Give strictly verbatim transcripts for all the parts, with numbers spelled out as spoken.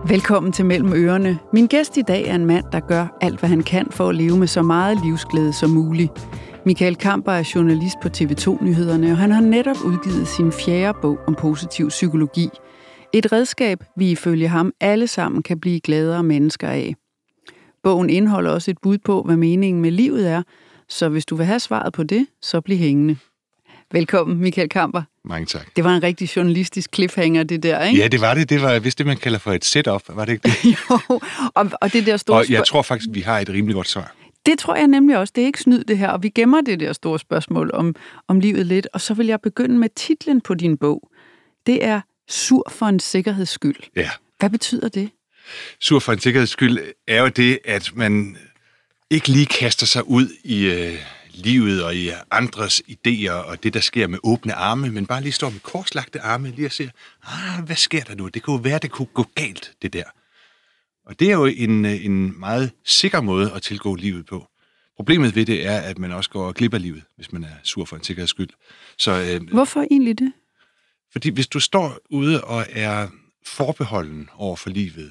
Velkommen til Mellem Ørerne. Min gæst i dag er en mand, der gør alt, hvad han kan for at leve med så meget livsglæde som muligt. Michael Kamper er journalist på T V to-nyhederne, og han har netop udgivet sin fjerde bog om positiv psykologi. Et redskab, vi ifølge ham alle sammen kan blive gladere mennesker af. Bogen indeholder også et bud på, hvad meningen med livet er, så hvis du vil have svaret på det, så bliv hængende. Velkommen, Michael Kamper. Mange tak. Det var en rigtig journalistisk cliffhanger, det der, ikke? Ja, det var det. Det var vist det, man kalder for et setup, var det ikke det? Jo, og, og det der store Og jeg tror faktisk, vi har et rimelig godt svar. Det tror jeg nemlig også. Det er ikke snyd, det her, og vi gemmer det der store spørgsmål om, om livet lidt. Og så vil jeg begynde med titlen på din bog. Det er Sur for en sikkerheds skyld. Ja. Hvad betyder det? Sur for en sikkerheds skyld er jo det, at man ikke lige kaster sig ud i øh, livet og i andres idéer og det, der sker med åbne arme, men bare lige står med korslagte arme lige og siger, ah, hvad sker der nu? Det kunne jo være, det kunne gå galt, det der. Og det er jo en, en meget sikker måde at tilgå livet på. Problemet ved det er, at man også går glip af livet, hvis man er sur for en sikkerheds skyld. Så, øh, Hvorfor egentlig det? Fordi hvis du står ude og er forbeholden over for livet,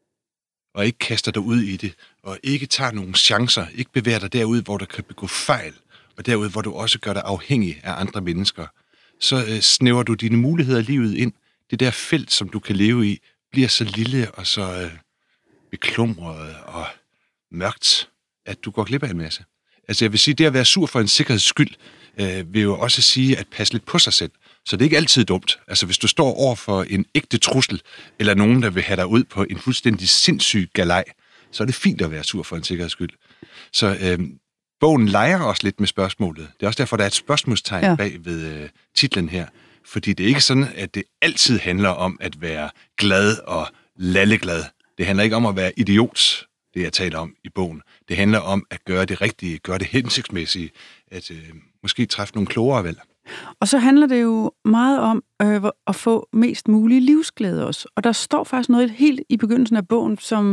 og ikke kaster dig ud i det, og ikke tager nogen chancer, ikke bevæger dig derud, hvor der kan begå fejl, og derud, hvor du også gør dig afhængig af andre mennesker, så øh, snæver du dine muligheder i livet ind. Det der felt, som du kan leve i, bliver så lille og så øh, beklumret og mørkt, at du går glip af en masse. Altså jeg vil sige, det at være sur for en sikkerheds skyld, øh, vil jo også sige at passe lidt på sig selv. Så det er ikke altid dumt. Altså hvis du står over for en ægte trussel, eller nogen, der vil have dig ud på en fuldstændig sindssyg galej, så er det fint at være sur for en sikkerheds skyld. Så øh, bogen leger også lidt med spørgsmålet. Det er også derfor, der er et spørgsmålstegn ja. bag ved øh, titlen her. Fordi det er ikke sådan, at det altid handler om at være glad og lalleglad. Det handler ikke om at være idiot, det jeg taler om i bogen. Det handler om at gøre det rigtige, gøre det hensigtsmæssige, at øh, måske træffe nogle klogere valg. Og så handler det jo meget om øh, at få mest mulig livsglæde også. Og der står faktisk noget helt i begyndelsen af bogen, som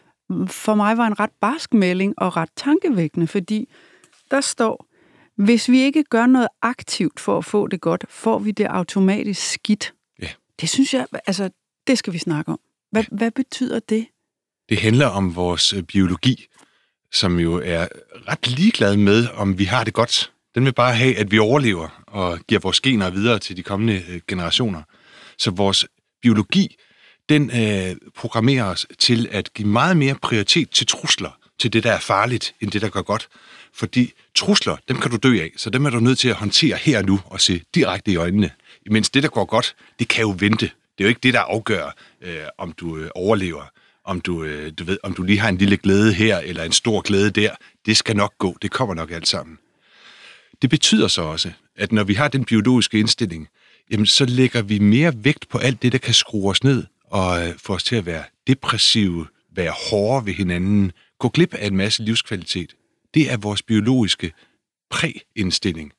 for mig var en ret barsk melding og ret tankevækkende, fordi der står, hvis vi ikke gør noget aktivt for at få det godt, får vi det automatisk skidt. Ja. Det synes jeg, altså, det skal vi snakke om. Hvad, ja. hvad betyder det? Det handler om vores biologi, som jo er ret ligeglad med, om vi har det godt. Den vil bare have, at vi overlever og giver vores gener videre til de kommende øh, generationer. Så vores biologi, den øh, programmerer os til at give meget mere prioritet til trusler, til det, der er farligt, end det, der gør godt. Fordi trusler, dem kan du dø af, så dem er du nødt til at håndtere her og nu og se direkte i øjnene. Imens det, der går godt, det kan jo vente. Det er jo ikke det, der afgør, øh, om du øh, overlever. Om du, øh, du ved, om du lige har en lille glæde her, eller en stor glæde der. Det skal nok gå. Det kommer nok alt sammen. Det betyder så også, at når vi har den biologiske indstilling, jamen så lægger vi mere vægt på alt det, der kan skrue os ned, og få os til at være depressive, være hårde ved hinanden, gå glip af en masse livskvalitet. Det er vores biologiske præindstilling.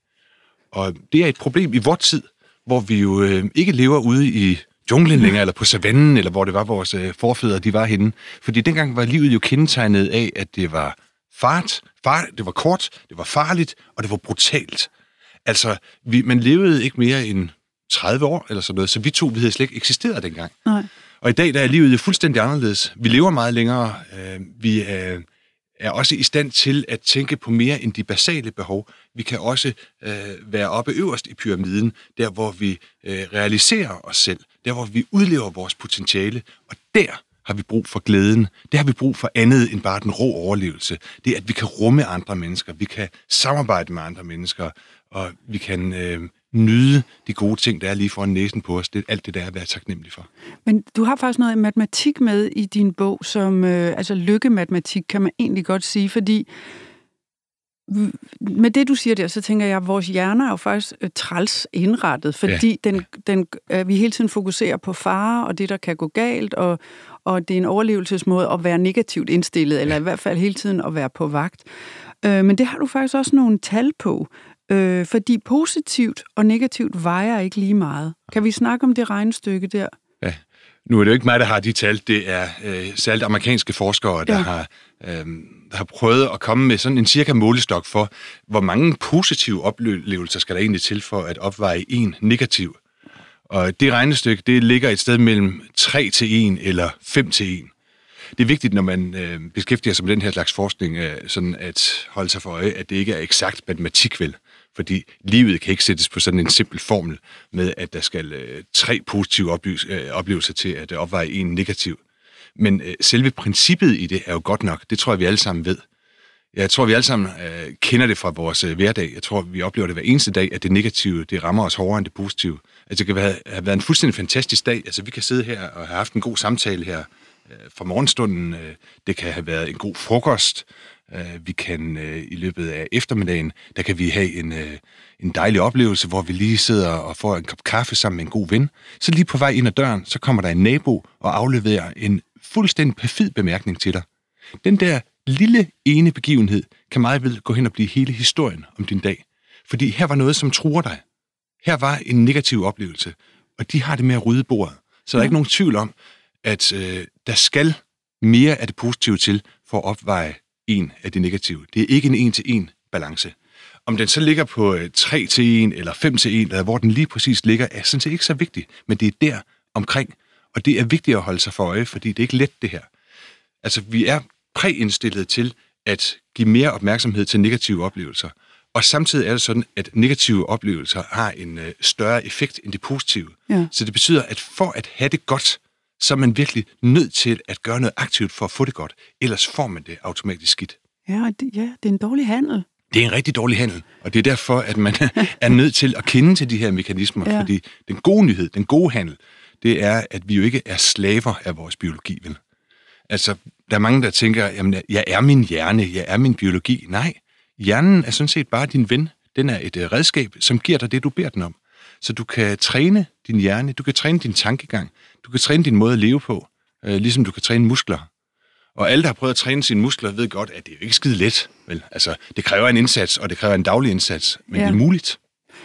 Og det er et problem i vores tid, hvor vi jo øh, ikke lever ude i junglen længere, eller på savannen, eller hvor det var vores øh, forfædre, de var henne. Fordi dengang var livet jo kendetegnet af, at det var fart, far, det var kort, det var farligt, og det var brutalt. Altså, vi, man levede ikke mere end tredive år, eller sådan noget, så vi to, vi havde slet ikke eksisteret dengang. Nej. Og i dag, der er livet jo fuldstændig anderledes. Vi lever meget længere, øh, vi er, er også i stand til at tænke på mere end de basale behov. Vi kan også øh, være oppe øverst i pyramiden, der hvor vi øh, realiserer os selv, der hvor vi udlever vores potentiale, og der har vi brug for glæden. Det har vi brug for andet end bare den rå overlevelse. Det er, at vi kan rumme andre mennesker, vi kan samarbejde med andre mennesker, og vi kan øh, nyde de gode ting, der er lige foran næsen på os. Det er alt det, der er at være taknemmelig for. Men du har faktisk noget matematik med i din bog, som øh, altså lykkematematik, kan man egentlig godt sige, fordi med det, du siger der, så tænker jeg, at vores hjerner er jo faktisk øh, træls indrettet, fordi ja. den, den, øh, vi hele tiden fokuserer på fare og det, der kan gå galt, og, og det er en overlevelsesmåde at være negativt indstillet, eller ja. i hvert fald hele tiden at være på vagt. Øh, men det har du faktisk også nogle tal på, øh, fordi positivt og negativt vejer ikke lige meget. Kan vi snakke om det regnestykke der? Ja. Nu er det jo ikke mig, der har de tal. Det er øh, særligt amerikanske forskere, der, ja. har, øh, der har prøvet at komme med sådan en cirka målestok for, hvor mange positive oplevelser skal der egentlig til for at opveje en negativ. Og det regnestykke, det ligger et sted mellem tre til en eller fem til en. Det er vigtigt, når man øh, beskæftiger sig med den her slags forskning, øh, sådan at holde sig for øje, at det ikke er eksakt matematik, vel? Fordi livet kan ikke sættes på sådan en simpel formel med, at der skal øh, tre positive oplevelser, øh, oplevelser til at opveje en negativ. Men øh, selve princippet i det er jo godt nok. Det tror jeg, vi alle sammen ved. Jeg tror, vi alle sammen øh, kender det fra vores øh, hverdag. Jeg tror, vi oplever det hver eneste dag, at det negative, det rammer os hårdere end det positive. Altså, det kan være, have været en fuldstændig fantastisk dag. Altså, vi kan sidde her og have haft en god samtale her øh, fra morgenstunden. Øh, det kan have været en god frokost. Øh, vi kan øh, i løbet af eftermiddagen, der kan vi have en, øh, en dejlig oplevelse, hvor vi lige sidder og får en kop kaffe sammen med en god ven. Så lige på vej ind ad døren, så kommer der en nabo og afleverer en fuldstændig perfid bemærkning til dig. Den der lille ene begivenhed kan meget vel gå hen og blive hele historien om din dag. Fordi her var noget, som truer dig. Her var en negativ oplevelse, og de har det med at rydde bordet. Så der er ikke nogen tvivl om, at øh, der skal mere af det positive til for at opveje en af det negative. Det er ikke en en-til-en balance. Om den så ligger på øh, tre til en eller fem til en, eller hvor den lige præcis ligger, er sådan set ikke så vigtigt, men det er der omkring. Og det er vigtigt at holde sig for øje, fordi det er ikke let, det her. Altså, vi er præindstillet til at give mere opmærksomhed til negative oplevelser. Og samtidig er det sådan, at negative oplevelser har en øh, større effekt end det positive. Ja. Så det betyder, at for at have det godt, så er man virkelig nødt til at gøre noget aktivt for at få det godt. Ellers får man det automatisk skidt. Ja, det, ja, det er en dårlig handel. Det er en rigtig dårlig handel, og det er derfor, at man er nødt til at kende til de her mekanismer. Ja. Fordi den gode nyhed, den gode handel, det er, at vi jo ikke er slaver af vores biologi, vel? Altså, der er mange, der tænker, jamen, jeg er min hjerne, jeg er min biologi. Nej, hjernen er sådan set bare din ven. Den er et uh, redskab, som giver dig det, du beder den om. Så du kan træne din hjerne, du kan træne din tankegang, du kan træne din måde at leve på, uh, ligesom du kan træne muskler. Og alle, der har prøvet at træne sine muskler, ved godt, at det er jo ikke skide let. Vel? Altså, det kræver en indsats, og det kræver en daglig indsats, men ja. Det er muligt.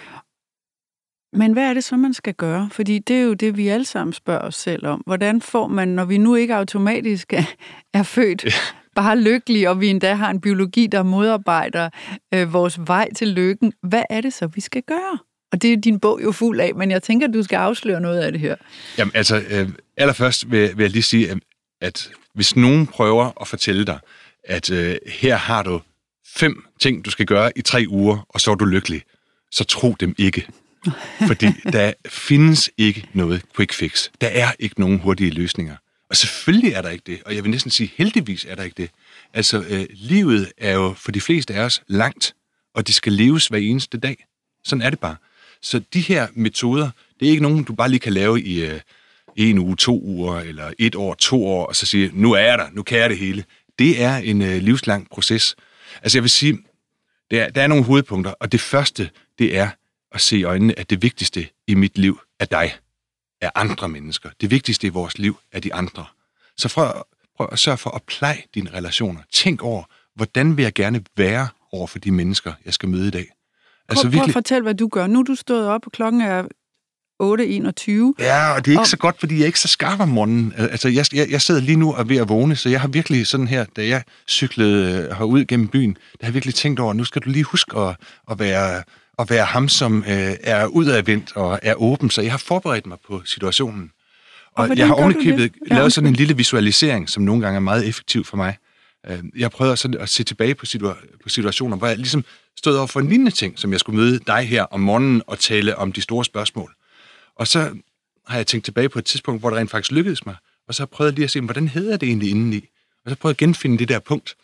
Men hvad er det så, man skal gøre? Fordi det er jo det, vi alle sammen spørger os selv om. Hvordan får man, når vi nu ikke automatisk er, er født, ja. bare lykkelige, og vi endda har en biologi, der modarbejder øh, vores vej til lykken, hvad er det så, vi skal gøre? Og det er din bog jo fuld af, men jeg tænker, at du skal afsløre noget af det her. Jamen altså, øh, allerførst vil, vil jeg lige sige, at, at hvis nogen prøver at fortælle dig, at øh, her har du fem ting, du skal gøre i tre uger, og så er du lykkelig, så tro dem ikke. Fordi der findes ikke noget quick fix. Der er ikke nogen hurtige løsninger. Og selvfølgelig er der ikke det, og jeg vil næsten sige, heldigvis er der ikke det. Altså, øh, livet er jo for de fleste af os langt, og det skal leves hver eneste dag. Sådan er det bare. Så de her metoder, det er ikke nogen, du bare lige kan lave i øh, en uge, to uger, eller et år, to år, og så sige, nu er jeg der, nu kan jeg det hele. Det er en øh, livslang proces. Altså, jeg vil sige, der er, der er nogle hovedpunkter, og det første, det er at se i øjnene, at det vigtigste i mit liv er dig, er andre mennesker. Det vigtigste i vores liv er de andre. Så prøv, prøv at sørge for at pleje dine relationer. Tænk over, hvordan vil jeg gerne være over for de mennesker, jeg skal møde i dag. Altså, prøv, virkelig... prøv at fortælle, hvad du gør. Nu er du stået op, og klokken er otte enogtyve. Ja, og det er ikke og... så godt, fordi jeg er ikke så skarp om morgenen. Altså, jeg, jeg, jeg sidder lige nu og er ved at vågne, så jeg har virkelig sådan her, da jeg cyklede herud gennem byen, der har jeg virkelig tænkt over, nu skal du lige huske at, at være... at være ham, som øh, er udadvendt og er åben, så jeg har forberedt mig på situationen. Og, og jeg har ovenikøbet ja, lavet sådan en lille visualisering, som nogle gange er meget effektiv for mig. Jeg har prøvet sådan at se tilbage på, situa- på situationer, hvor jeg ligesom stod over for en lignende ting, som jeg skulle møde dig her om morgenen og tale om de store spørgsmål. Og så har jeg tænkt tilbage på et tidspunkt, hvor det rent faktisk lykkedes mig, og så har jeg prøvet lige at se, hvordan hedder det egentlig indeni? Og så prøvede jeg at genfinde det der punkt.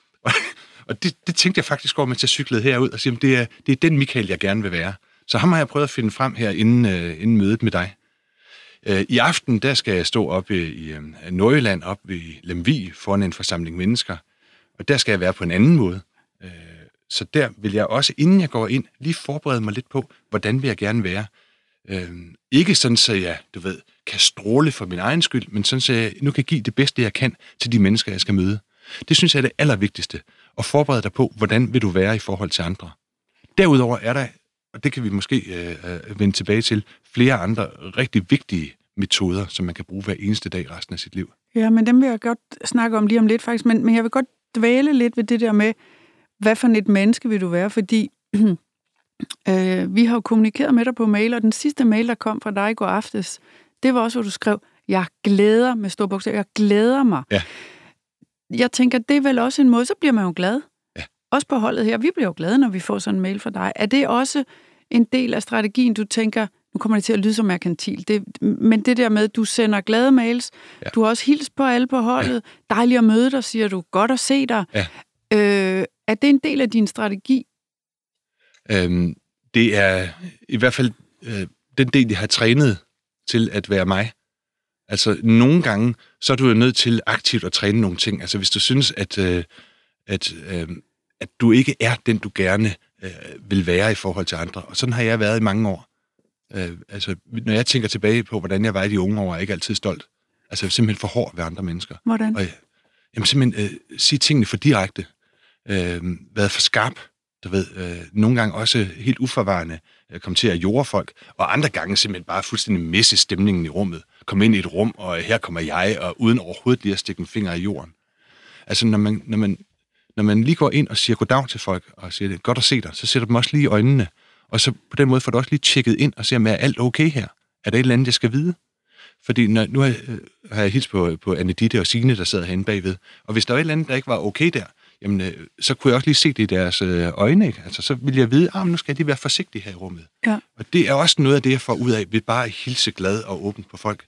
Og det, det tænkte jeg faktisk over, mens jeg cyklede herud, og sige, det er, det er den Michael, jeg gerne vil være. Så ham har jeg prøvet at finde frem her inden, uh, inden mødet med dig. Uh, I aften, der skal jeg stå oppe i uh, Nordjylland, oppe i Lemvig, foran en forsamling mennesker. Og der skal jeg være på en anden måde. Uh, så der vil jeg også, inden jeg går ind, lige forberede mig lidt på, hvordan vil jeg gerne være. Uh, ikke sådan, så jeg, du ved, kan stråle for min egen skyld, men sådan, så jeg nu kan give det bedste, jeg kan til de mennesker, jeg skal møde. Det synes jeg er det allervigtigste. Og forberede dig på, hvordan vil du være i forhold til andre. Derudover er der, og det kan vi måske øh, vende tilbage til, flere andre rigtig vigtige metoder, som man kan bruge hver eneste dag resten af sit liv. Ja, men dem vil jeg godt snakke om lige om lidt faktisk, men, men jeg vil godt dvæle lidt ved det der med, hvad for et menneske vil du være, fordi Øh, vi har jo kommunikeret med dig på mail, og den sidste mail, der kom fra dig i går aftes, det var også, hvor du skrev, jeg glæder med store bogstaver, jeg glæder mig. Ja. Jeg tænker, det er vel også en måde, så bliver man jo glad. Ja. Også på holdet her, vi bliver jo glade, når vi får sådan en mail fra dig. Er det også en del af strategien, du tænker, nu kommer det til at lyde som merkantil, det, men det der med, du sender glade mails, ja. Du har også hilst på alle på holdet, ja. Dejligt at møde dig, siger du, godt at se dig. Ja. Øh, er det en del af din strategi? Øhm, det er i hvert fald øh, den del, jeg har trænet til at være mig. Altså, nogle gange, så er du jo nødt til aktivt at træne nogle ting. Altså, hvis du synes, at, øh, at, øh, at du ikke er den, du gerne øh, vil være i forhold til andre. Og sådan har jeg været i mange år. Øh, altså, når jeg tænker tilbage på, hvordan jeg var i de unge år, er jeg ikke altid stolt. Altså, jeg er simpelthen for hård ved andre mennesker. Hvordan? Og, jamen, simpelthen øh, sige tingene for direkte. Øh, været for skarp. Du ved, øh, nogle gange også helt uforvarende øh, komme til at jorde folk, og andre gange simpelthen bare fuldstændig misse stemningen i rummet. Komme ind i et rum, og her kommer jeg, og uden overhovedet lige at stikke en finger i jorden. Altså, når man, når man, når man lige går ind og siger goddag til folk, og siger, det er godt at se dig, så sætter dem også lige i øjnene, og så på den måde får du også lige tjekket ind, og ser, om er alt okay her? Er der et eller andet, jeg skal vide? Fordi når, nu har jeg, øh, har jeg hilst på, på Anne Ditte og Signe, der sidder herinde bagved, og hvis der var et eller andet, der ikke var okay der, jamen, øh, så kunne jeg også lige se det i deres øh, øjne, ikke? Altså, så ville jeg vide, at ah, nu skal de være forsigtige her i rummet. Ja. Og det er også noget af det, jeg får ud af, ved bare at hilse glad og åbent på folk.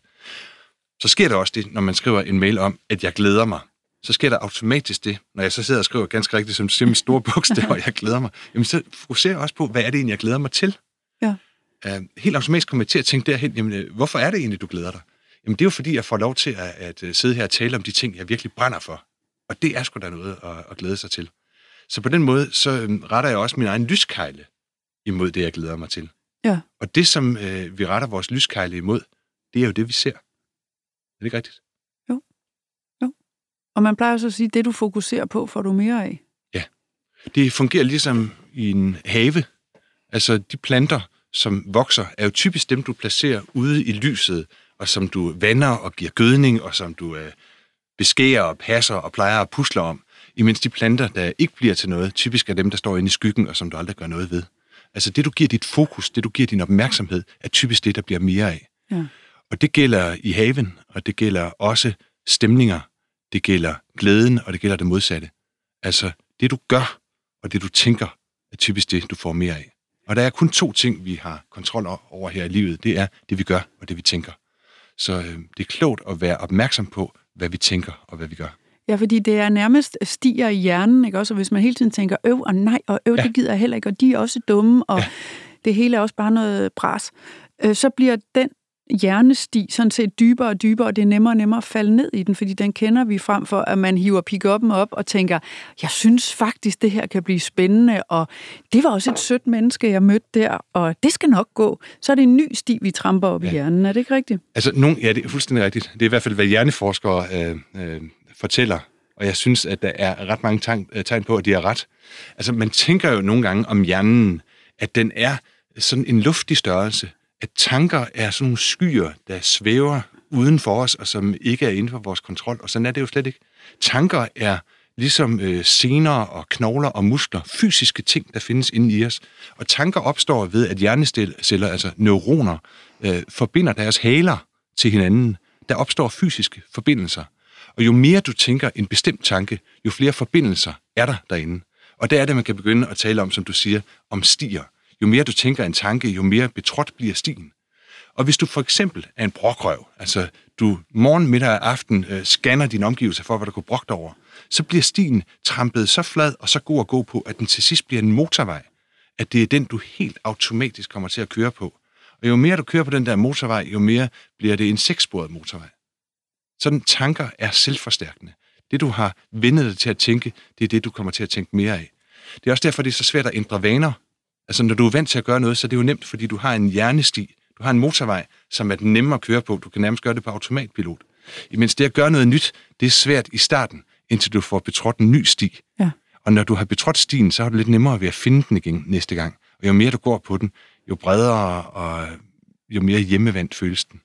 Så sker der også det, når man skriver en mail om, at jeg glæder mig. Så sker der automatisk det, når jeg så sidder og skriver ganske rigtigt, som siger med store bogstaver, og jeg glæder mig. Jamen, så fokuserer jeg også på, hvad er det egentlig, jeg glæder mig til? Ja. Uh, helt automatisk kommer jeg til at tænke derhen, jamen, hvorfor er det egentlig, du glæder dig? Jamen, det er jo fordi, jeg får lov til at, at sidde her og tale om de ting, jeg virkelig brænder for. Og det er sgu da noget at, at glæde sig til. Så på den måde, så øhm, retter jeg også min egen lyskejle imod det, jeg glæder mig til. Ja. Og det, som øh, vi retter vores lyskejle imod, det er jo det, vi ser. Er det ikke rigtigt? Jo. Jo. Og man plejer så at sige, at det, du fokuserer på, får du mere af. Ja. Det fungerer ligesom i en have. Altså, de planter, som vokser, er jo typisk dem, du placerer ude i lyset, og som du vander og giver gødning, og som du øh, beskærer og passer og plejer at pusle om. Imens de planter, der ikke bliver til noget, typisk er dem, der står inde i skyggen, og som du aldrig gør noget ved. Altså det, du giver dit fokus, det, du giver din opmærksomhed, er typisk det, der bliver mere af. Ja. Og det gælder i haven, og det gælder også stemninger, det gælder glæden, og det gælder det modsatte. Altså det, du gør, og det, du tænker, er typisk det, du får mere af. Og der er kun to ting, vi har kontrol over her i livet. Det er det, vi gør, og det, vi tænker. Så øh, det er klogt at være opmærksom på, hvad vi tænker, og hvad vi gør. Ja, fordi det er nærmest stiger i hjernen, ikke også? Og hvis man hele tiden tænker, øv og nej, og øv, ja. Det gider jeg heller ikke, og de er også dumme, og ja. Det hele er også bare noget bras, øh, så bliver den hjernesti sådan set dybere og dybere, og det er nemmere og nemmere at falde ned i den, fordi den kender vi frem for, at man hiver pick-up'en op og tænker, jeg synes faktisk, det her kan blive spændende, og det var også et sødt menneske, jeg mødte der, og det skal nok gå. Så er det en ny sti, vi tramper op ja. I hjernen. Er det ikke rigtigt? Altså, nogen, ja, det er fuldstændig rigtigt. Det er i hvert fald, hvad hjerneforskere øh, øh, fortæller, og jeg synes, at der er ret mange tegn, tegn på, at de har ret. Altså, man tænker jo nogle gange om hjernen, at den er sådan en luftig størrelse, at tanker er sådan nogle skyer, der svæver uden for os, og som ikke er inden for vores kontrol, og sådan er det jo slet ikke. Tanker er ligesom øh, sener og knogler og muskler, fysiske ting, der findes inde i os. Og tanker opstår ved, at hjerneceller, altså neuroner, øh, forbinder deres haler til hinanden. Der opstår fysiske forbindelser. Og jo mere du tænker en bestemt tanke, jo flere forbindelser er der derinde. Og der er det, man kan begynde at tale om, som du siger, om stier. Jo mere du tænker en tanke, jo mere betrådt bliver stien. Og hvis du for eksempel er en brokrøv, altså du morgen, middag og aften øh, scanner dine omgivelser for, hvad der kunne brokke dig over, så bliver stien trampet så flad og så god at gå på, at den til sidst bliver en motorvej. At det er den, du helt automatisk kommer til at køre på. Og jo mere du kører på den der motorvej, jo mere bliver det en sekssporet motorvej. Sådan tanker er selvforstærkende. Det, du har vendet dig til at tænke, det er det, du kommer til at tænke mere af. Det er også derfor, det er så svært at ændre vaner. Altså, når du er vant til at gøre noget, så er det jo nemt, fordi du har en hjernesti. Du har en motorvej, som er nemmere at køre på. Du kan nærmest gøre det på automatpilot. Imens det at gøre noget nyt, det er svært i starten, indtil du får betrådt en ny sti. Ja. Og når du har betrådt stien, så har du lidt nemmere ved at finde den igen næste gang. Og jo mere du går på den, jo bredere og jo mere hjemmevandt føles den.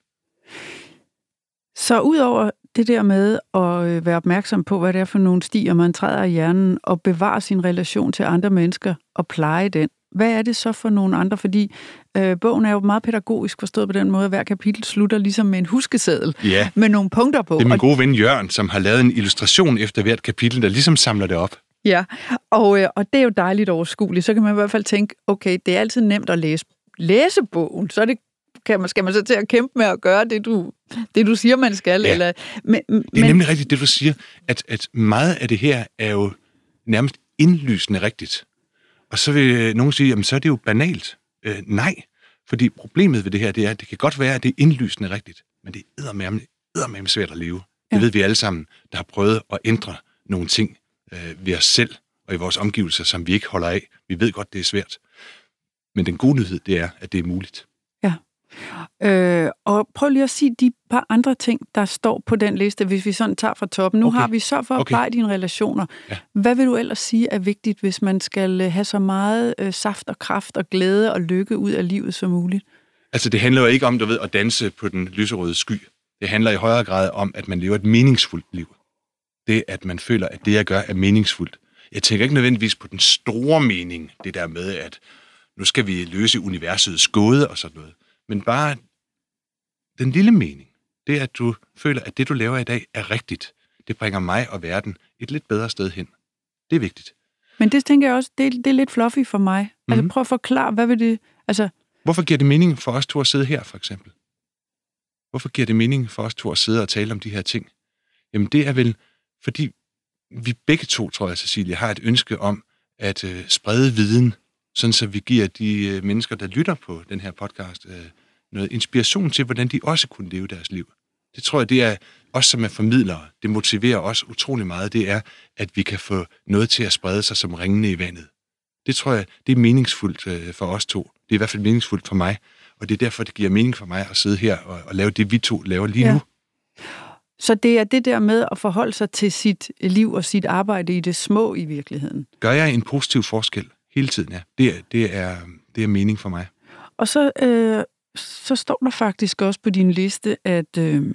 Så udover det der med at være opmærksom på, hvad det er for nogle stier, man træder i hjernen, og bevare sin relation til andre mennesker og pleje den, hvad er det så for nogle andre? Fordi øh, bogen er jo meget pædagogisk forstået på den måde, at hver kapitel slutter ligesom med en huskeseddel ja. med nogle punkter på. Det er min gode ven Jørgen, som har lavet en illustration efter hvert kapitel, der ligesom samler det op. Ja, og, øh, og det er jo dejligt overskueligt. Så kan man i hvert fald tænke, okay, det er altid nemt at læse, læse bogen, så er det, kan man, skal man så til at kæmpe med at gøre det, du, det, du siger, man skal. Ja. Eller, men, det er men, nemlig rigtigt, det du siger, at, at meget af det her er jo nærmest indlysende rigtigt. Og så vil nogen sige, jamen så er det jo banalt. Øh, nej, fordi problemet ved det her, det er, at det kan godt være, at det er indlysende rigtigt, men det er eddermame, eddermame svært at leve. Ja. Det ved vi alle sammen, der har prøvet at ændre nogle ting øh, ved os selv og i vores omgivelser, som vi ikke holder af. Vi ved godt, det er svært. Men den gode nyhed, det er, at det er muligt. Ja. Øh, og prøv lige at sige de par andre ting, der står på den liste, hvis vi sådan tager fra toppen. Nu okay. har vi så for at okay. pleje dine relationer. Ja. Hvad vil du ellers sige er vigtigt, hvis man skal have så meget øh, saft og kraft og glæde og lykke ud af livet som muligt? Altså, det handler jo ikke om, du ved, at danse på den lyserøde sky. Det handler i højere grad om, at man lever et meningsfuldt liv. Det, at man føler, at det, jeg gør, er meningsfuldt. Jeg tænker ikke nødvendigvis på den store mening, det der med, at nu skal vi løse universets gåde og sådan noget. Men bare den lille mening, det er, at du føler, at det, du laver i dag, er rigtigt. Det bringer mig og verden et lidt bedre sted hen. Det er vigtigt. Men det tænker jeg også, det er, det er lidt fluffy for mig. Mm-hmm. Altså prøv at forklare, hvad vil det... Altså... Hvorfor giver det mening for os to at sidde her, for eksempel? Hvorfor giver det mening for os to at sidde og tale om de her ting? Jamen det er vel, fordi vi begge to, tror jeg, Cecilie, har et ønske om at øh, sprede viden, sådan så vi giver de øh, mennesker, der lytter på den her podcast, øh, noget inspiration til, hvordan de også kunne leve deres liv. Det tror jeg, det er os, som er formidlere. Det motiverer os utrolig meget. Det er, at vi kan få noget til at sprede sig som ringene i vandet. Det tror jeg, det er meningsfuldt øh, for os to. Det er i hvert fald meningsfuldt for mig. Og det er derfor, det giver mening for mig at sidde her og, og lave det, vi to laver lige ja. nu. Så det er det der med at forholde sig til sit liv og sit arbejde i det små i virkeligheden. Gør jeg en positiv forskel hele tiden, ja. Det er, det er, det er mening for mig. Og så, øh, så står der faktisk også på din liste, at øh,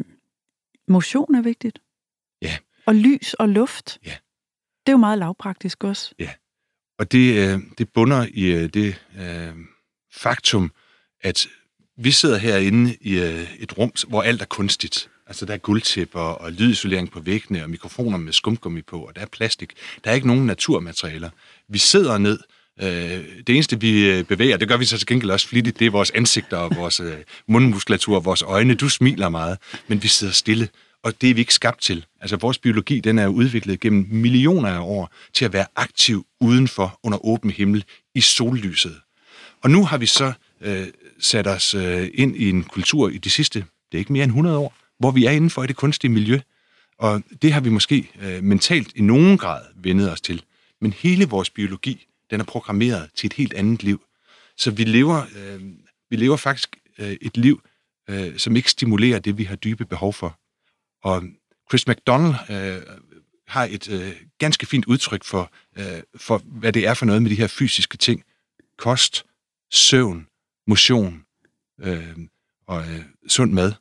motion er vigtigt. Ja. Og lys og luft. Ja. Det er jo meget lavpraktisk også. Ja. Og det, øh, det bunder i øh, det øh, faktum, at vi sidder herinde i øh, et rum, hvor alt er kunstigt. Altså, der er guldtæpper og lydisolering på væggene og mikrofoner med skumgummi på, og der er plastik. Der er ikke nogen naturmaterialer. Vi sidder ned. Øh, det eneste, vi bevæger, det gør vi så til gengæld også flittigt, det er vores ansigter og vores øh, mundmuskulatur og vores øjne. Du smiler meget, men vi sidder stille, og det er vi ikke skabt til. Altså, vores biologi, den er udviklet gennem millioner af år til at være aktiv udenfor under åben himmel i sollyset. Og nu har vi så øh, sat os øh, ind i en kultur i de sidste, det er ikke mere end hundrede år, hvor vi er inden for i det kunstige miljø. Og det har vi måske øh, mentalt i nogen grad vendet os til. Men hele vores biologi, den er programmeret til et helt andet liv. Så vi lever, øh, vi lever faktisk øh, et liv, øh, som ikke stimulerer det, vi har dybe behov for. Og Chris McDonald øh, har et øh, ganske fint udtryk for, øh, for, hvad det er for noget med de her fysiske ting. Kost, søvn, motion øh, og øh, sund mad.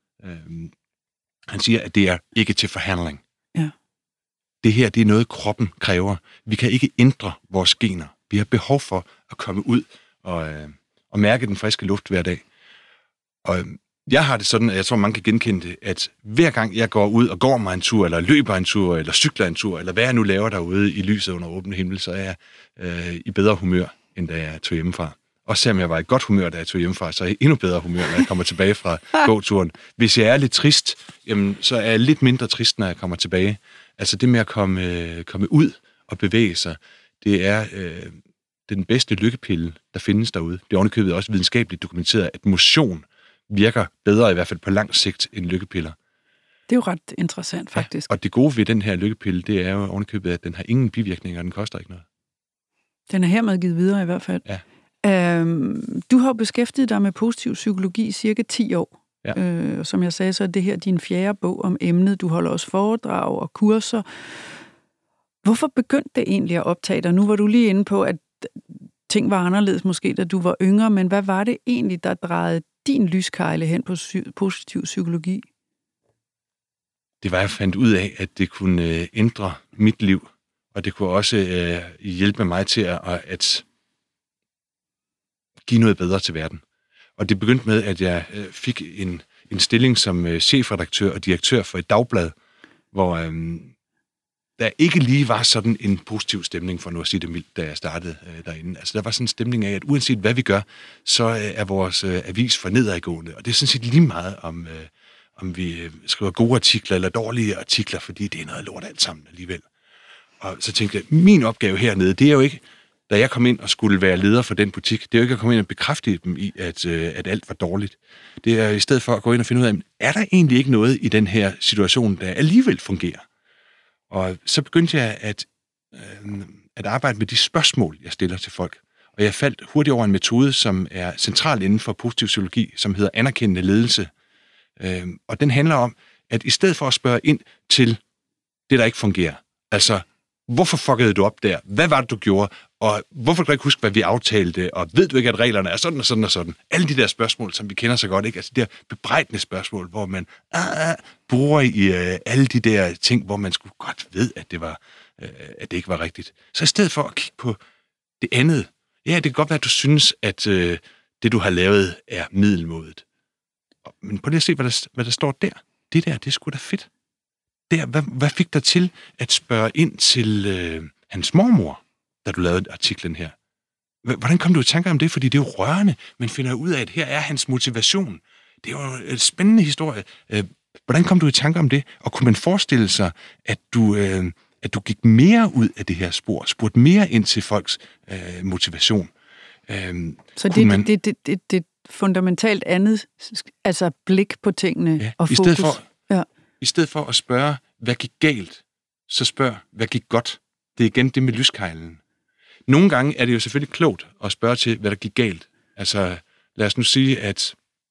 Øh, han siger, at det er ikke til forhandling. Ja. Det her, det er noget, kroppen kræver. Vi kan ikke ændre vores gener. Vi har behov for at komme ud og, øh, og mærke den friske luft hver dag. Og øh, jeg har det sådan, at jeg tror, man kan genkende det, at hver gang jeg går ud og går mig en tur, eller løber en tur, eller cykler en tur, eller hvad jeg nu laver derude i lyset under åben himmel, så er jeg øh, i bedre humør, end da jeg tog hjemmefra. Og selvom jeg var i godt humør, da jeg tog hjemmefra, så er jeg endnu bedre humør, når jeg kommer tilbage fra gåturen. Hvis jeg er lidt trist, jamen, så er jeg lidt mindre trist, når jeg kommer tilbage. Altså det med at komme, øh, komme ud og bevæge sig, det er øh, den bedste lykkepille, der findes derude. Det er ovenikøbet også videnskabeligt dokumenteret, at motion virker bedre, i hvert fald på lang sigt, end lykkepiller. Det er jo ret interessant, faktisk. Ja, og det gode ved den her lykkepille, det er jo ovenikøbet, at den har ingen bivirkninger, og den koster ikke noget. Den er hermed givet videre i hvert fald. Ja. Øhm, du har jo beskæftiget dig med positiv psykologi i cirka ti år. Ja. Øh, som jeg sagde, så er det her din fjerde bog om emnet. Du holder også foredrag og kurser. Hvorfor begyndte det egentlig at optage dig? Nu var du lige inde på, at ting var anderledes måske, da du var yngre, men hvad var det egentlig, der drejede din lyskejle hen på psy- positiv psykologi? Det var, jeg fandt ud af, at det kunne øh, ændre mit liv, og det kunne også øh, hjælpe mig til at, at give noget bedre til verden. Og det begyndte med, at jeg øh, fik en, en stilling som øh, chefredaktør og direktør for et dagblad, hvor øh, der ikke lige var sådan en positiv stemning, for nu at sige det mildt, da jeg startede øh, derinde. Altså der var sådan en stemning af, at uanset hvad vi gør, så øh, er vores øh, avis for nedadgående. Og det er sådan set lige meget, om, øh, om vi øh, skriver gode artikler eller dårlige artikler, fordi det er noget lort alt sammen alligevel. Og så tænkte jeg, min opgave hernede, det er jo ikke, da jeg kom ind og skulle være leder for den butik, det er jo ikke at komme ind og bekræfte dem i, at, øh, at alt var dårligt. Det er i stedet for at gå ind og finde ud af, er der egentlig ikke noget i den her situation, der alligevel fungerer? Og så begyndte jeg at, øh, at arbejde med de spørgsmål, jeg stiller til folk. Og jeg faldt hurtigt over en metode, som er central inden for positiv psykologi, som hedder anerkendende ledelse. Øh, og den handler om, at i stedet for at spørge ind til det, der ikke fungerer, altså, hvorfor fuckede du op der? Hvad var det, du gjorde? Og hvorfor kan du ikke huske, hvad vi aftalte? Og ved du ikke, at reglerne er sådan og sådan og sådan? Alle de der spørgsmål, som vi kender så godt, ikke? Altså de der bebrejdende spørgsmål, hvor man ah, ah, bruger i uh, alle de der ting, hvor man skulle godt ved, at det, var, uh, at det ikke var rigtigt. Så i stedet for at kigge på det andet, ja, det kan godt være, at du synes, at uh, det, du har lavet, er middelmådet. Men prøv lige at se, hvad der, hvad der står der. Det der, det er sgu da fedt. Der, hvad, hvad fik dig til at spørge ind til øh, hans mormor, da du lavede artiklen her? Hvordan kom du i tanker om det? Fordi det er jo rørende. Man finder ud af, at her er hans motivation. Det er jo en spændende historie. Hvordan kom du i tanker om det? Og kunne man forestille sig, at du, øh, at du gik mere ud af det her spor, spurgte mere ind til folks øh, motivation? Øh, Så det, man... det, det, det, det er fundamentalt andet, altså blik på tingene ja, og i fokus. Stedet for, ja. I stedet for at spørge, hvad gik galt, så spørg, hvad gik godt. Det er igen det med lyskejlen. Nogle gange er det jo selvfølgelig klogt at spørge til, hvad der gik galt. Altså, lad os nu sige, at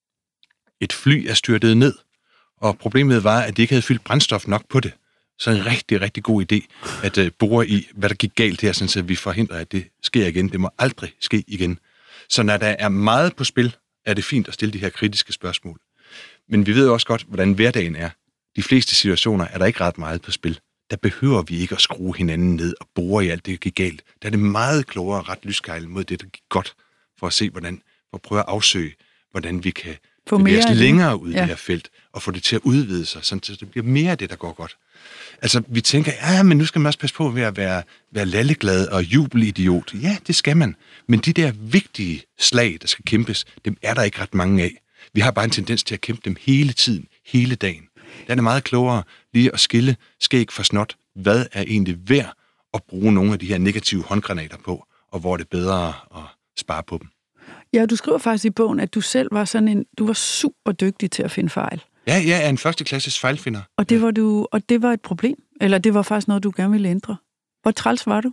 et fly er styrtet ned, og problemet var, at de ikke havde fyldt brændstof nok på det. Så en rigtig, rigtig god idé at uh, bore i, hvad der gik galt her, så vi forhindrer, at det sker igen. Det må aldrig ske igen. Så når der er meget på spil, er det fint at stille de her kritiske spørgsmål. Men vi ved også godt, hvordan hverdagen er. De fleste situationer er der ikke ret meget på spil. Der behøver vi ikke at skrue hinanden ned og bore i alt det, der gik galt. Der er det meget klogere at rette lyskejlen mod det, der gik godt, for at se, hvordan, for at prøve at afsøge, hvordan vi kan bevæge os længere ud i ja. det her felt, og få det til at udvide sig, så det bliver mere af det, der går godt. Altså, vi tænker, ja, men nu skal man også passe på ved at være, være lalleglad og jubelidiot. Ja, det skal man. Men de der vigtige slag, der skal kæmpes, dem er der ikke ret mange af. Vi har bare en tendens til at kæmpe dem hele tiden, hele dagen. Der er det meget klogere lige at skille skæg for snot. Hvad er egentlig værd at bruge nogle af de her negative håndgranater på, og hvor er det bedre at spare på dem? Ja, du skriver faktisk i bogen, at du selv var sådan en, du var super dygtig til at finde fejl. Ja, jeg er en førsteklasses fejlfinder. Og det var du, og det var et problem? Eller det var faktisk noget, du gerne ville ændre? Hvor træls var du?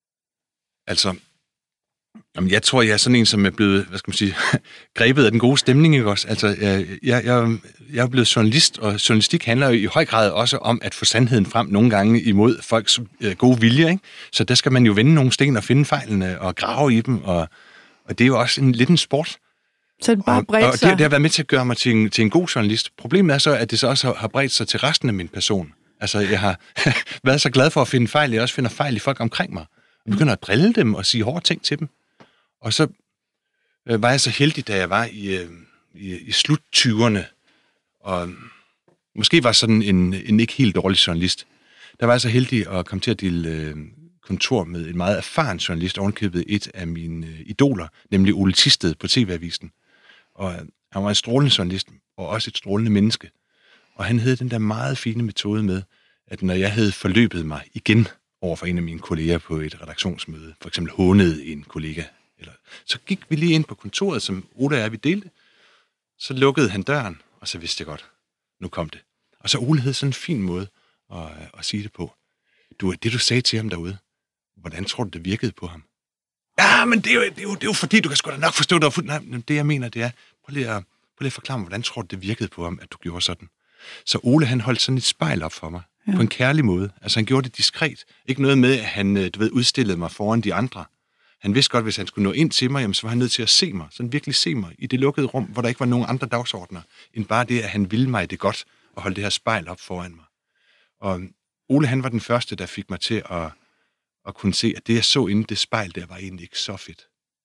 Altså, jamen, jeg tror, jeg er sådan en, som er blevet, hvad skal man sige, grebet af den gode stemning, ikke også? Altså, jeg, jeg, jeg, jeg er blevet journalist, og journalistik handler jo i høj grad også om at få sandheden frem nogle gange imod folks øh, gode vilje, ikke? Så der skal man jo vende nogle sten og finde fejlene og grave i dem, og, og det er jo også en lidt en sport. Så det bare bredt sig. Og, og det, det har været med til at gøre mig til en, til en god journalist. Problemet er så, at det så også har bredt sig til resten af min person. Altså, jeg har været så glad for at finde fejl, jeg også finder fejl i folk omkring mig. Jeg begynder at drille dem og sige hårde ting til dem. Og så øh, var jeg så heldig, da jeg var i, øh, i, i slut tyverne, og måske var sådan en, en ikke helt dårlig journalist. Der var jeg så heldig at komme til at dele øh, kontor med en meget erfaren journalist, ovenkøbet et af mine øh, idoler, nemlig Ole Thisted på T V-avisen. Og øh, han var en strålende journalist, og også et strålende menneske. Og han havde den der meget fine metode med, at når jeg havde forløbet mig igen over for en af mine kolleger på et redaktionsmøde, for eksempel hånede en kollega, eller, så gik vi lige ind på kontoret, som Ole og jeg, vi delte. Så lukkede han døren, og så vidste jeg godt, nu kom det. Og så Ole havde sådan en fin måde at, at sige det på. Du, det, du sagde til ham derude, hvordan tror du, det virkede på ham? Ja, men det er jo, det er jo, det er jo fordi, du kan sgu da nok forstå det. Nej, det jeg mener, det er, prøv lige at, prøv lige at forklare mig, hvordan tror du, det virkede på ham, at du gjorde sådan? Så Ole, han holdt sådan et spejl op for mig, ja. På en kærlig måde. Altså, han gjorde det diskret. Ikke noget med, at han, du ved, udstillede mig foran de andre. Han vidste godt, hvis han skulle nå ind til mig, jamen, så var han nødt til at se mig, sådan virkelig se mig, i det lukkede rum, hvor der ikke var nogen andre dagsordner, end bare det, at han ville mig det godt, og holde det her spejl op foran mig. Og Ole, han var den første, der fik mig til at, at kunne se, at det, jeg så inde i det spejl, der var egentlig ikke så fedt.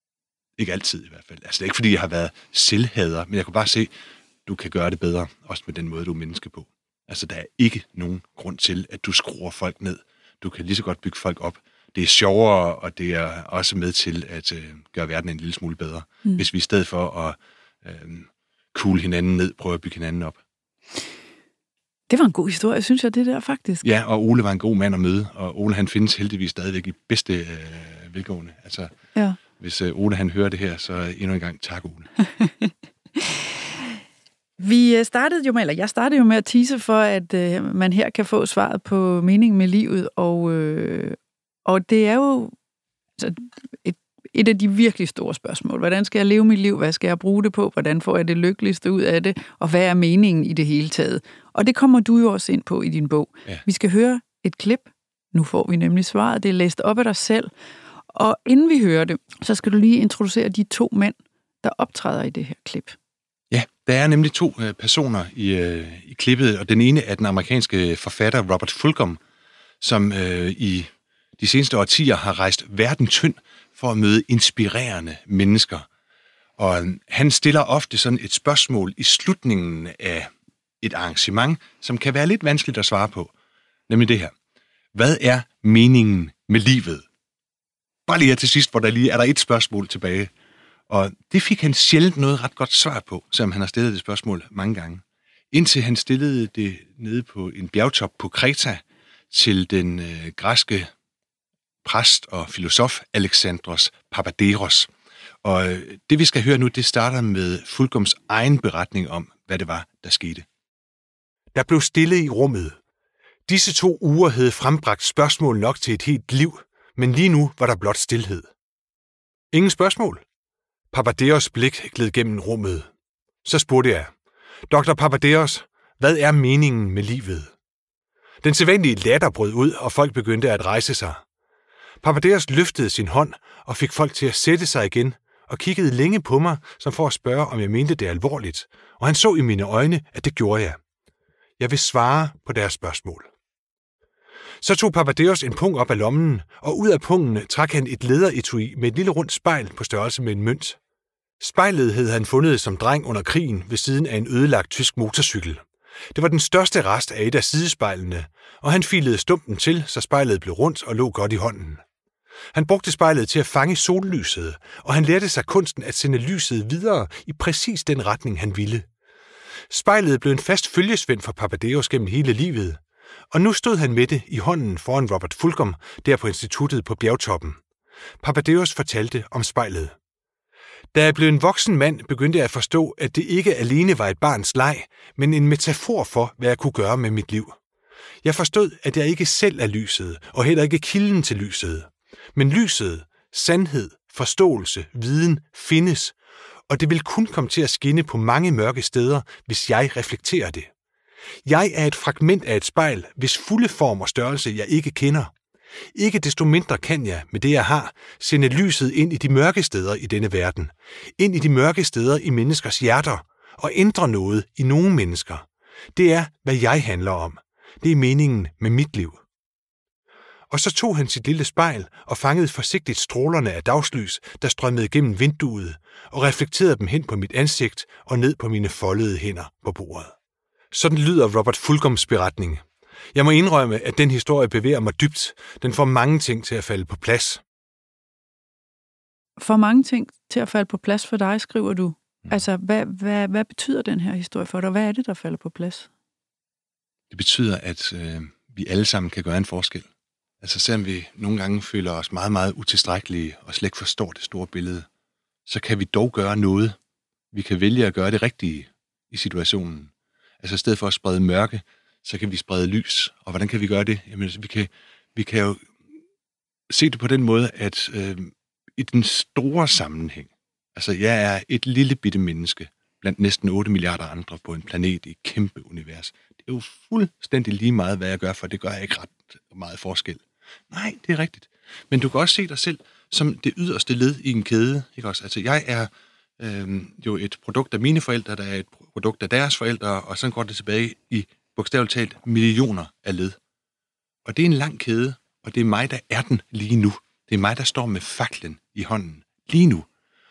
Ikke altid i hvert fald. Altså, det er ikke, fordi jeg har været selvhader, men jeg kunne bare se, du kan gøre det bedre, også med den måde, du er menneske på. Altså, der er ikke nogen grund til, at du skruer folk ned. Du kan lige så godt bygge folk op. Det er sjovere, og det er også med til at øh, gøre verden en lille smule bedre. Mm. Hvis vi i stedet for at øh, kugle hinanden ned, prøver at bygge hinanden op. Det var en god historie, synes jeg, det der faktisk. Ja, og Ole var en god mand at møde, og Ole han findes heldigvis stadigvæk i bedste øh, velgående. Altså, ja. Hvis øh, Ole han hører det her, så endnu en gang tak, Ole. Vi startede jo med, eller jeg startede jo med at tease for, at øh, man her kan få svaret på meningen med livet, og, øh, og det er jo altså, et, et af de virkelig store spørgsmål. Hvordan skal jeg leve mit liv? Hvad skal jeg bruge det på? Hvordan får jeg det lykkeligste ud af det? Og hvad er meningen i det hele taget? Og det kommer du jo også ind på i din bog. Ja. Vi skal høre et klip. Nu får vi nemlig svaret. Det er læst op af dig selv. Og inden vi hører det, så skal du lige introducere de to mænd, der optræder i det her klip. Ja, der er nemlig to øh, personer i, øh, i klippet, og den ene er den amerikanske forfatter Robert Fulghum, som øh, i de seneste årtier har rejst verden tynd for at møde inspirerende mennesker. Og øh, han stiller ofte sådan et spørgsmål i slutningen af et arrangement, som kan være lidt vanskeligt at svare på, nemlig det her. Hvad er meningen med livet? Bare lige her til sidst, hvor der lige er der et spørgsmål tilbage. Og det fik han sjældent noget ret godt svar på, selvom han har stillet det spørgsmål mange gange. Indtil han stillede det nede på en bjergtop på Kreta til den øh, græske præst og filosof Alexandros Papaderos. Og øh, det vi skal høre nu, det starter med Fulghums egen beretning om, hvad det var, der skete. Der blev stille i rummet. Disse to uger havde frembragt spørgsmål nok til et helt liv, men lige nu var der blot stilhed. Ingen spørgsmål. Papaderos blik gled gennem rummet. Så spurgte jeg, doktor Papaderos, hvad er meningen med livet? Den sædvanlige latter brød ud, og folk begyndte at rejse sig. Papaderos løftede sin hånd og fik folk til at sætte sig igen, og kiggede længe på mig, som for at spørge, om jeg mente det alvorligt, og han så i mine øjne, at det gjorde jeg. Jeg vil svare på deres spørgsmål. Så tog Papaderos en pung op af lommen, og ud af pungen trak han et læderetui med et lille rundt spejl på størrelse med en mønt. Spejlet havde han fundet som dreng under krigen ved siden af en ødelagt tysk motorcykel. Det var den største rest af et af sidespejlene, og han filede stumpen til, så spejlet blev rundt og lå godt i hånden. Han brugte spejlet til at fange sollyset, og han lærte sig kunsten at sende lyset videre i præcis den retning, han ville. Spejlet blev en fast følgesvend for Papaderos gennem hele livet, og nu stod han med det i hånden foran Robert Fulghum, der på instituttet på bjergtoppen. Papaderos fortalte om spejlet. Da jeg blev en voksen mand, begyndte jeg at forstå, at det ikke alene var et barns leg, men en metafor for, hvad jeg kunne gøre med mit liv. Jeg forstod, at jeg ikke selv er lyset, og heller ikke kilden til lyset. Men lyset, sandhed, forståelse, viden findes, og det vil kun komme til at skinne på mange mørke steder, hvis jeg reflekterer det. Jeg er et fragment af et spejl, hvis fulde form og størrelse jeg ikke kender. Ikke desto mindre kan jeg, med det jeg har, sende lyset ind i de mørke steder i denne verden, ind i de mørke steder i menneskers hjerter, og ændre noget i nogle mennesker. Det er, hvad jeg handler om. Det er meningen med mit liv. Og så tog han sit lille spejl og fangede forsigtigt strålerne af dagslys, der strømmede gennem vinduet, og reflekterede dem hen på mit ansigt og ned på mine foldede hænder på bordet. Sådan lyder Robert Fulghums beretning. Jeg må indrømme, at den historie bevæger mig dybt. Den får mange ting til at falde på plads. For mange ting til at falde på plads for dig, skriver du. Altså, hvad, hvad, hvad betyder den her historie for dig? Hvad er det, der falder på plads? Det betyder, at øh, vi alle sammen kan gøre en forskel. Altså, selvom vi nogle gange føler os meget, meget utilstrækkelige og slet ikke forstår det store billede, så kan vi dog gøre noget. Vi kan vælge at gøre det rigtige i situationen. Altså, i stedet for at sprede mørke, så kan vi sprede lys. Og hvordan kan vi gøre det? Jamen, vi kan, vi kan jo se det på den måde, at øh, i den store sammenhæng, altså jeg er et lille bitte menneske blandt næsten otte milliarder andre på en planet i et kæmpe univers. Det er jo fuldstændig lige meget, hvad jeg gør, for det gør jeg ikke ret meget forskel. Nej, det er rigtigt. Men du kan også se dig selv som det yderste led i en kæde. Ikke også? Altså jeg er øh, jo et produkt af mine forældre, der er et produkt af deres forældre, og så går det tilbage i bogstaveligt talt millioner af led. Og det er en lang kæde, og det er mig, der er den lige nu. Det er mig, der står med faklen i hånden lige nu.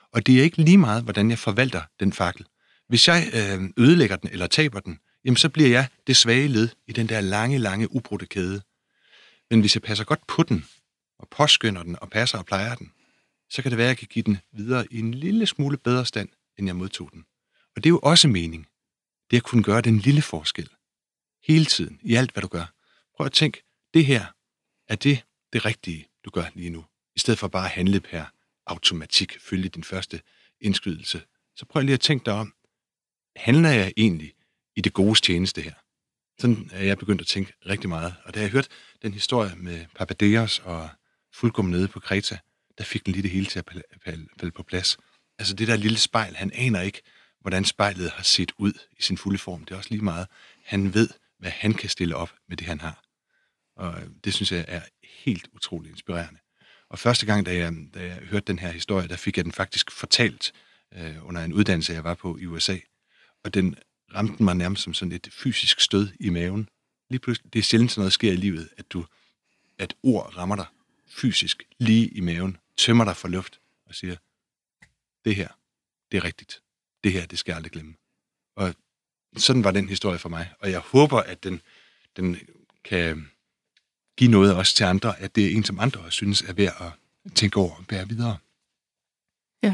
Og det er ikke lige meget, hvordan jeg forvalter den fakkel. Hvis jeg øh, ødelægger den eller taber den, jamen så bliver jeg det svage led i den der lange, lange, ubrudte kæde. Men hvis jeg passer godt på den, og påskynder den, og passer og plejer den, så kan det være, at jeg kan give den videre i en lille smule bedre stand, end jeg modtog den. Og det er jo også mening. Det at kunne gøre den lille forskel. Hele tiden, i alt, hvad du gør. Prøv at tænke, det her, er det det rigtige, du gør lige nu? I stedet for bare at handle per automatik, følge din første indskydelse. Så prøv lige at tænke dig om, handler jeg egentlig i det gode tjeneste her? Sådan er jeg begyndt at tænke rigtig meget. Og da jeg hørt den historie med Papadeios og fuldkommen nede på Kreta, der fik den lige det hele til at falde på plads. Altså det der lille spejl, han aner ikke, hvordan spejlet har set ud i sin fulde form. Det er også lige meget. Han ved, hvad han kan stille op med det, han har. Og det synes jeg er helt utroligt inspirerende. Og første gang, da jeg, da jeg hørte den her historie, der fik jeg den faktisk fortalt øh, under en uddannelse, jeg var på i U S A. Og den ramte mig nærmest som sådan et fysisk stød i maven. Lige pludselig, det er sjældent sådan noget sker i livet, at du, at ord rammer dig fysisk lige i maven, tømmer dig for luft og siger, det her, det er rigtigt. Det her, det skal jeg aldrig glemme. Og sådan var den historie for mig. Og jeg håber, at den, den kan give noget også til andre, at det er en, som andre også synes er værd at tænke over og bære videre. Ja.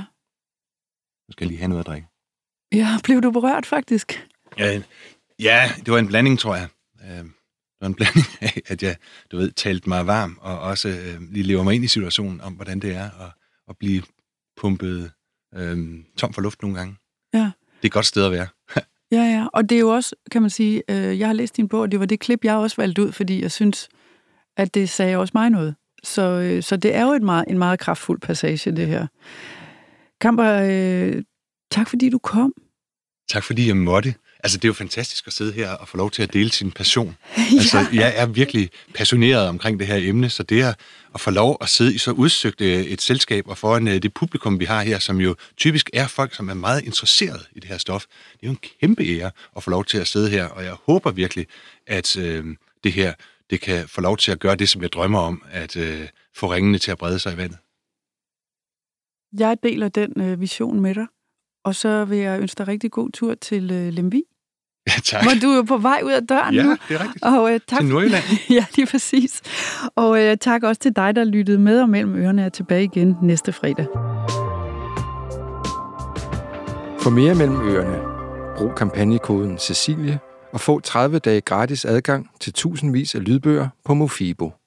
Nu skal jeg lige have noget at drikke. Ja, blev du berørt faktisk? Ja, ja, det var en blanding, tror jeg. Det var en blanding af, at jeg, du ved, talte mig varm, og også øh, lige lever mig ind i situationen om, hvordan det er at, at blive pumpet øh, tom for luft nogle gange. Ja. Det er et godt sted at være. Ja, ja, og det er jo også, kan man sige, øh, jeg har læst din bog, og det var det klip, jeg også valgte ud, fordi jeg synes, at det sagde også mig noget. Så, øh, så det er jo et meget, en meget kraftfuld passage, det her. Kamper, øh, tak fordi du kom. Tak fordi jeg måtte. Altså, det er jo fantastisk at sidde her og få lov til at dele sin passion. Ja. Altså, jeg er virkelig passioneret omkring det her emne, så det at få lov at sidde i så udsøgt et selskab og foran det publikum, vi har her, som jo typisk er folk, som er meget interesseret i det her stof, det er jo en kæmpe ære at få lov til at sidde her, og jeg håber virkelig, at øh, det her, det kan få lov til at gøre det, som jeg drømmer om, at øh, få ringene til at brede sig i vandet. Jeg deler den øh, vision med dig. Og så vil jeg ønske dig rigtig god tur til øh, Lemvig. Ja, tak. Hvor du er på vej ud af døren ja, nu. Ja, det er rigtigt. Og, øh, tak. Til Nordjylland. Ja, lige præcis. Og øh, tak også til dig, der lyttede med, og Mellem Ørerne er tilbage igen næste fredag. For mere Mellem Ørerne, brug kampagnekoden Cecilie og få tredive dage gratis adgang til tusindvis af lydbøger på Mofibo.